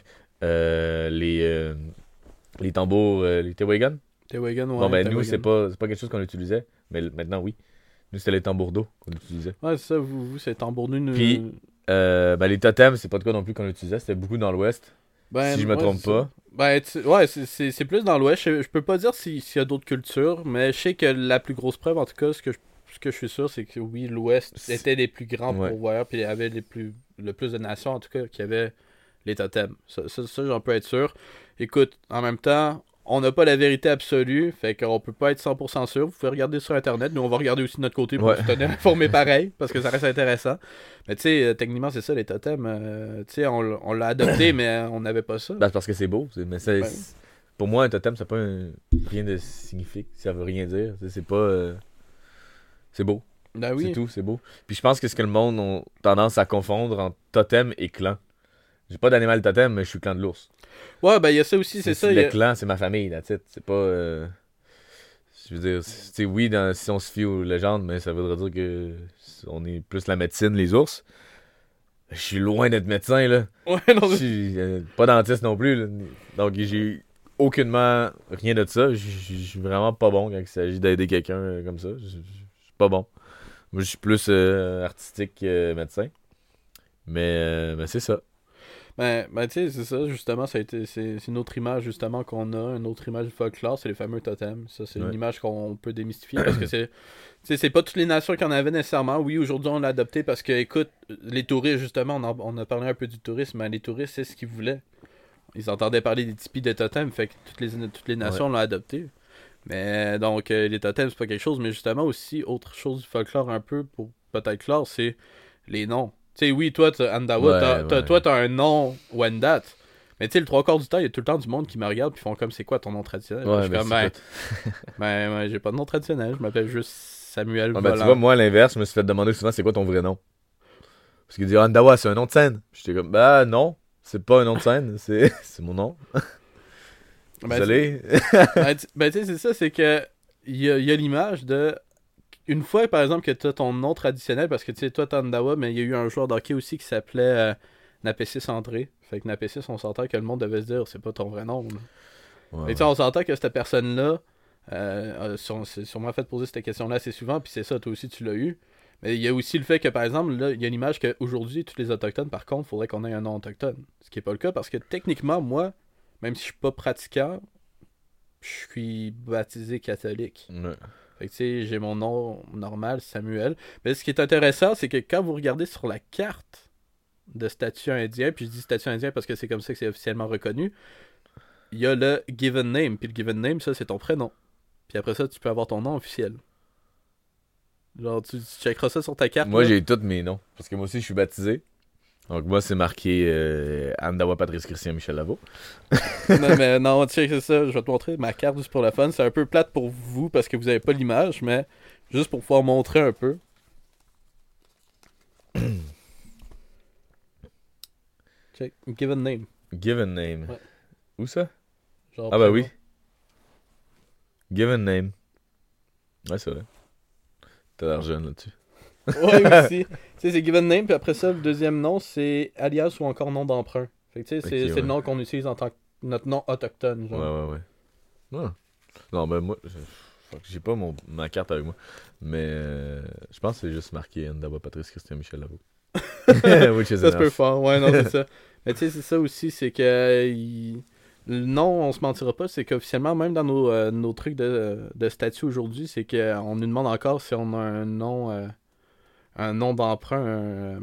A: les tambours, les Tewagan.
B: Tewagan, ouais.
A: Bon, ben nous,
B: Tewagan.
A: c'est pas quelque chose qu'on utilisait. Mais maintenant, oui. Nous, c'était les tambours d'eau qu'on utilisait.
B: Ouais, c'est ça, vous c'est tambournu.
A: Puis, ben, les totems, c'est pas de quoi non plus qu'on utilisait. C'était beaucoup dans l'Ouest. Si je me trompe pas.
B: Ben, ouais, c'est plus dans l'Ouest. Je peux pas dire s'il y a d'autres cultures, mais je sais que la plus grosse preuve, en tout cas, ce que je suis sûr, c'est que oui, l'Ouest était les plus grands pourvoyeurs, puis il y avait le plus de nations, en tout cas, qui avaient les totems. Ça j'en peux être sûr. Écoute, en même temps, on n'a pas la vérité absolue, fait qu'on peut pas être 100% sûr. Vous pouvez regarder sur Internet, mais on va regarder aussi de notre côté pour se tenir informé pareil, parce que ça reste intéressant. Mais tu sais, techniquement, c'est ça, les totems. Tu sais, on l'a adopté, mais on n'avait pas ça.
A: Ben, c'est parce que c'est beau. Mais pour moi, un totem, ça n'a pas rien de signifique. Ça veut rien dire. C'est pas... c'est beau.
B: Ben oui.
A: C'est tout, c'est beau. Puis je pense que ce que le monde a tendance à confondre entre totem et clan. J'ai pas d'animal totem, mais je suis clan de l'ours.
B: Ouais, ben il y a ça aussi, c'est ça.
A: Le clan, c'est ma famille, la titre. C'est pas... je veux dire, oui, si on se fie aux légendes, mais ça voudrait dire que on est plus la médecine, les ours. Je suis loin d'être médecin, là.
B: Ouais, non,
A: je suis pas dentiste non plus, là. Donc, j'ai aucunement rien de ça. Je suis vraiment pas bon quand il s'agit d'aider quelqu'un comme ça. Je suis pas bon. Moi, je suis plus artistique médecin. Mais c'est ça.
B: Ben tu sais, c'est ça, justement, c'est une autre image, justement, qu'on a, une autre image du folklore, c'est les fameux totems. Ça, c'est une image qu'on peut démystifier, parce que c'est pas toutes les nations qui en avaient nécessairement. Oui, aujourd'hui, on l'a adopté parce que, écoute, les touristes, justement, on a parlé un peu du tourisme, mais les touristes, c'est ce qu'ils voulaient. Ils entendaient parler des tipis de totems, fait que toutes les nations l'ont adopté. Mais, donc, les totems, c'est pas quelque chose, mais justement, aussi, autre chose du folklore un peu, pour peut-être clore, c'est les noms. Tu sais, oui, toi, Andawa, toi, t'as un nom Wendat. Mais tu sais, le 3/4 du temps, il y a tout le temps du monde qui me regarde puis font comme c'est quoi ton nom traditionnel.
A: Ouais,
B: je suis comme, j'ai pas de nom traditionnel, je m'appelle juste Samuel Volant.
A: Ben, tu vois, moi, à l'inverse, je me suis fait demander souvent c'est quoi ton vrai nom. Parce qu'il dit Andawa, c'est un nom de scène. J'étais comme, bah non, c'est pas un nom de scène, c'est mon nom. Désolé.
B: Ben, tu sais, c'est ça, c'est que il y a l'image de. Une fois, par exemple, que tu as ton nom traditionnel, parce que tu sais, toi, t'es Andawa, mais il y a eu un joueur d'hockey aussi qui s'appelait Napessis André. Fait que Napessis, on s'entend que le monde devait se dire, c'est pas ton vrai nom. Ouais, et tu sais, on s'entend que cette personne-là, c'est sûrement fait poser cette question-là assez souvent, puis c'est ça, toi aussi, tu l'as eu. Mais il y a aussi le fait que, par exemple, là, il y a une image qu'aujourd'hui, tous les Autochtones, par contre, il faudrait qu'on ait un nom autochtone. Ce qui n'est pas le cas, parce que techniquement, moi, même si je suis pas pratiquant, je suis baptisé catholique.
A: Ouais.
B: Fait que tu sais, j'ai mon nom normal, Samuel. Mais ce qui est intéressant, c'est que quand vous regardez sur la carte de statut indien, puis je dis statut indien parce que c'est comme ça que c'est officiellement reconnu, il y a le given name. Puis le given name, ça, c'est ton prénom. Puis après ça, tu peux avoir ton nom officiel. Genre, tu checkeras ça sur ta carte.
A: Moi,
B: là.
A: j'ai tous mes noms. Parce que moi aussi, je suis baptisé. Donc, moi, c'est marqué Andawa Patrice Christian Michel Lavo.
B: mais non, tu sais, c'est ça. Je vais te montrer ma carte juste pour le fun. C'est un peu plate pour vous parce que vous avez pas l'image, mais juste pour pouvoir montrer un peu. Check. Given name.
A: Given name.
B: Ouais.
A: Où ça?
B: Genre
A: Ah, bah oui. Given name. Ouais, c'est vrai. T'as l'air jeune là-dessus.
B: Ouais, aussi. Tu sais, c'est given name, puis après ça, le deuxième nom, c'est alias ou encore nom d'emprunt. Fait que tu sais, c'est le nom qu'on utilise en tant que notre nom autochtone. Genre.
A: Ouais. Non, ben moi, j'ai pas ma carte avec moi. Mais je pense que c'est juste marqué Andawa Patrice Christian Michel Lavo.
B: Ça se peut fort. Ouais, non, c'est ça. Mais tu sais, c'est ça aussi, c'est que. Le nom, on se mentira pas, c'est qu'officiellement, même dans nos trucs de statut aujourd'hui, c'est qu'on nous demande encore si on a un nom d'emprunt,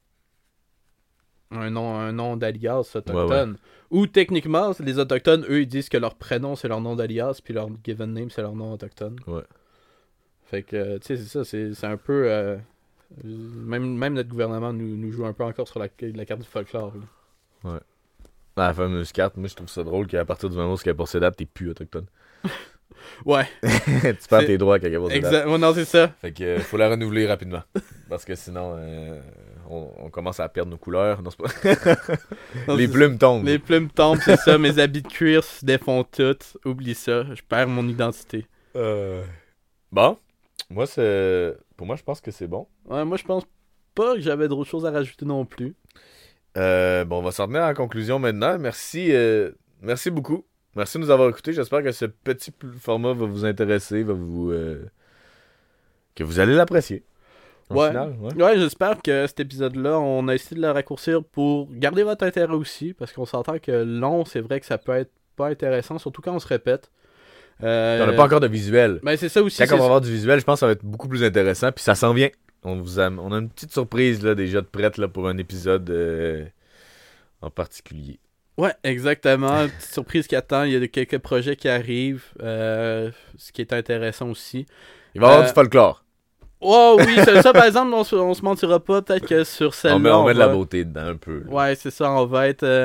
B: un nom d'alias autochtone.
A: Ouais.
B: Ou techniquement, les autochtones, eux, ils disent que leur prénom, c'est leur nom d'alias, puis leur given name, c'est leur nom autochtone.
A: Ouais.
B: Fait que, tu sais, c'est ça, c'est un peu... même notre gouvernement nous joue un peu encore sur la carte du folklore. Là.
A: Ouais. La fameuse carte, moi je trouve ça drôle qu'à partir du moment où elle passé date, t'es plus autochtone.
B: Ouais.
A: Tu perds tes droits quand elle passé date.
B: Non, c'est ça.
A: Fait que faut la renouveler rapidement. Parce que sinon, on commence à perdre nos couleurs. Non, c'est pas...
B: Non,
A: les plumes tombent.
B: Les plumes tombent, c'est ça. Mes habits de cuir se défont toutes. Oublie ça. Je perds mon identité.
A: Bon, pour moi, je pense que c'est bon.
B: Ouais, moi, je pense pas que j'avais d'autres choses à rajouter non plus.
A: Bon, on va s'en tenir à la conclusion maintenant. Merci beaucoup. Merci de nous avoir écoutés. J'espère que ce petit format va vous intéresser, que vous allez l'apprécier.
B: Ouais.
A: Final,
B: Ouais, j'espère que cet épisode-là, on a essayé de le raccourcir pour garder votre intérêt aussi, parce qu'on s'entend que long, c'est vrai que ça peut être pas intéressant, surtout quand on se répète.
A: On n'a pas encore de visuel.
B: Ben c'est ça aussi.
A: Quand on va avoir du visuel, je pense que ça va être beaucoup plus intéressant. Puis ça s'en vient. On a une petite surprise là, déjà de prête là, pour un épisode en particulier.
B: Ouais, exactement. Une petite surprise qui attend. Il y a quelques projets qui arrivent. Ce qui est intéressant aussi.
A: Il va y avoir du folklore.
B: Oh oui, ça par exemple, on se mentira pas. Peut-être que sur celle-là.
A: On met de la beauté dedans un peu. Là.
B: Ouais, c'est ça. On va être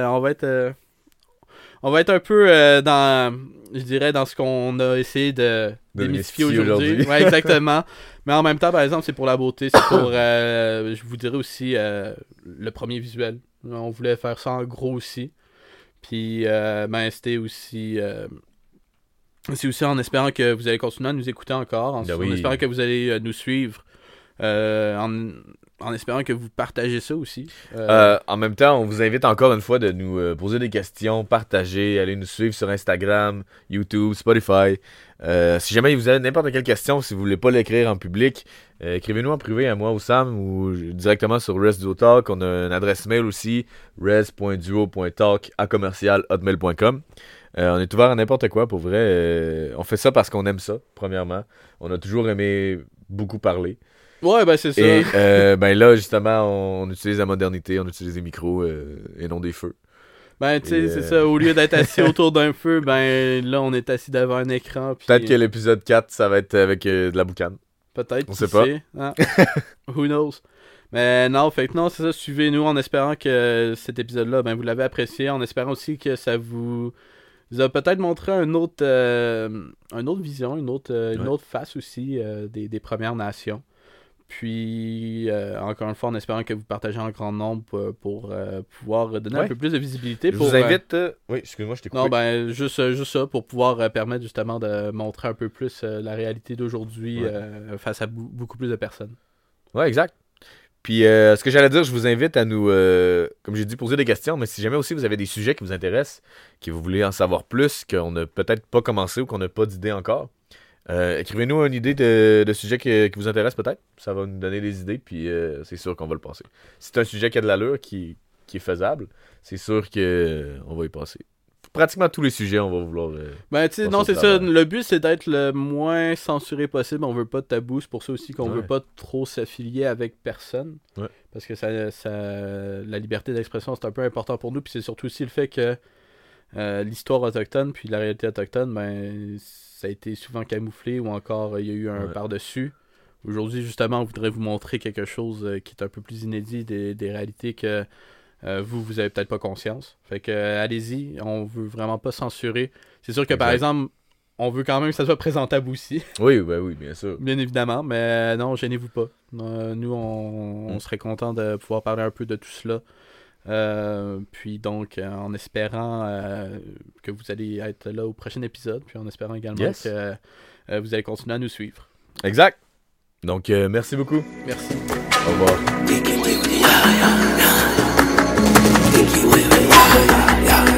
B: un peu je dirais, dans ce qu'on a essayé de démystifier aujourd'hui. Ouais, exactement. Mais en même temps, par exemple, c'est pour la beauté. C'est pour, je vous dirais aussi, le premier visuel. On voulait faire ça en gros aussi. Puis, c'était aussi... c'est aussi en espérant que vous allez continuer à nous écouter encore. En espérant que vous allez nous suivre. En espérant que vous partagez ça aussi.
A: En même temps, on vous invite encore une fois de nous poser des questions, partager, aller nous suivre sur Instagram, YouTube, Spotify. Si jamais vous avez n'importe quelle question, si vous voulez pas l'écrire en public, écrivez-nous en privé à moi ou Sam ou directement sur ResDuoTalk. On a une adresse mail aussi, res.duo.talk@hotmail.com. On est ouvert à n'importe quoi, pour vrai. On fait ça parce qu'on aime ça, premièrement. On a toujours aimé beaucoup parler.
B: Ouais, ben c'est ça.
A: Et là, justement, on utilise la modernité, on utilise des micros et non des feux.
B: Ben, tu sais, c'est ça. Au lieu d'être assis autour d'un feu, ben là, on est assis devant un écran. Pis...
A: Peut-être que l'épisode 4, ça va être avec de la boucane.
B: Peut-être.
A: On sait pas.
B: Hein? Who knows? Mais non, fait que non, c'est ça. Suivez-nous en espérant que cet épisode-là, ben, vous l'avez apprécié. En espérant aussi que ça vous a peut-être montré une autre vision, une autre face aussi des Premières Nations. Puis, encore une fois, en espérant que vous partagez en grand nombre pour pouvoir donner un peu plus de visibilité.
A: Je vous invite... Oui, excuse-moi, je t'ai coupé.
B: Non, ben, juste ça, pour pouvoir permettre justement de montrer un peu plus la réalité d'aujourd'hui face à beaucoup plus de personnes.
A: Ouais, exact. Puis, ce que j'allais dire, je vous invite à nous, comme j'ai dit, poser des questions, mais si jamais aussi vous avez des sujets qui vous intéressent, que vous voulez en savoir plus, qu'on n'a peut-être pas commencé ou qu'on n'a pas d'idée encore, écrivez-nous une idée de sujet qui vous intéresse peut-être. Ça va nous donner des idées, puis c'est sûr qu'on va le passer. Si c'est un sujet qui a de l'allure, qui est faisable, c'est sûr qu'on va y passer. Pratiquement tous les sujets, on va vouloir...
B: ben, tu sais, non, c'est ça. Le but, c'est d'être le moins censuré possible. On veut pas de tabou. C'est pour ça aussi qu'on veut pas trop s'affilier avec personne. Ouais. Parce que la liberté d'expression, c'est un peu important pour nous. Puis c'est surtout aussi le fait que l'histoire autochtone, puis la réalité autochtone, ben... ça a été souvent camouflé ou encore il y a eu un par-dessus. Aujourd'hui, justement, on voudrait vous montrer quelque chose qui est un peu plus inédit des réalités que vous avez peut-être pas conscience. Fait que allez-y, on veut vraiment pas censurer. C'est sûr que par exemple, on veut quand même que ça soit présentable aussi.
A: Oui, bien sûr.
B: Bien évidemment, mais non, gênez-vous pas. Nous, on serait content de pouvoir parler un peu de tout cela. Puis donc en espérant que vous allez être là au prochain épisode, puis en espérant également que vous allez continuer à nous suivre.
A: Exact. Donc merci beaucoup.
B: Merci.
A: Au revoir.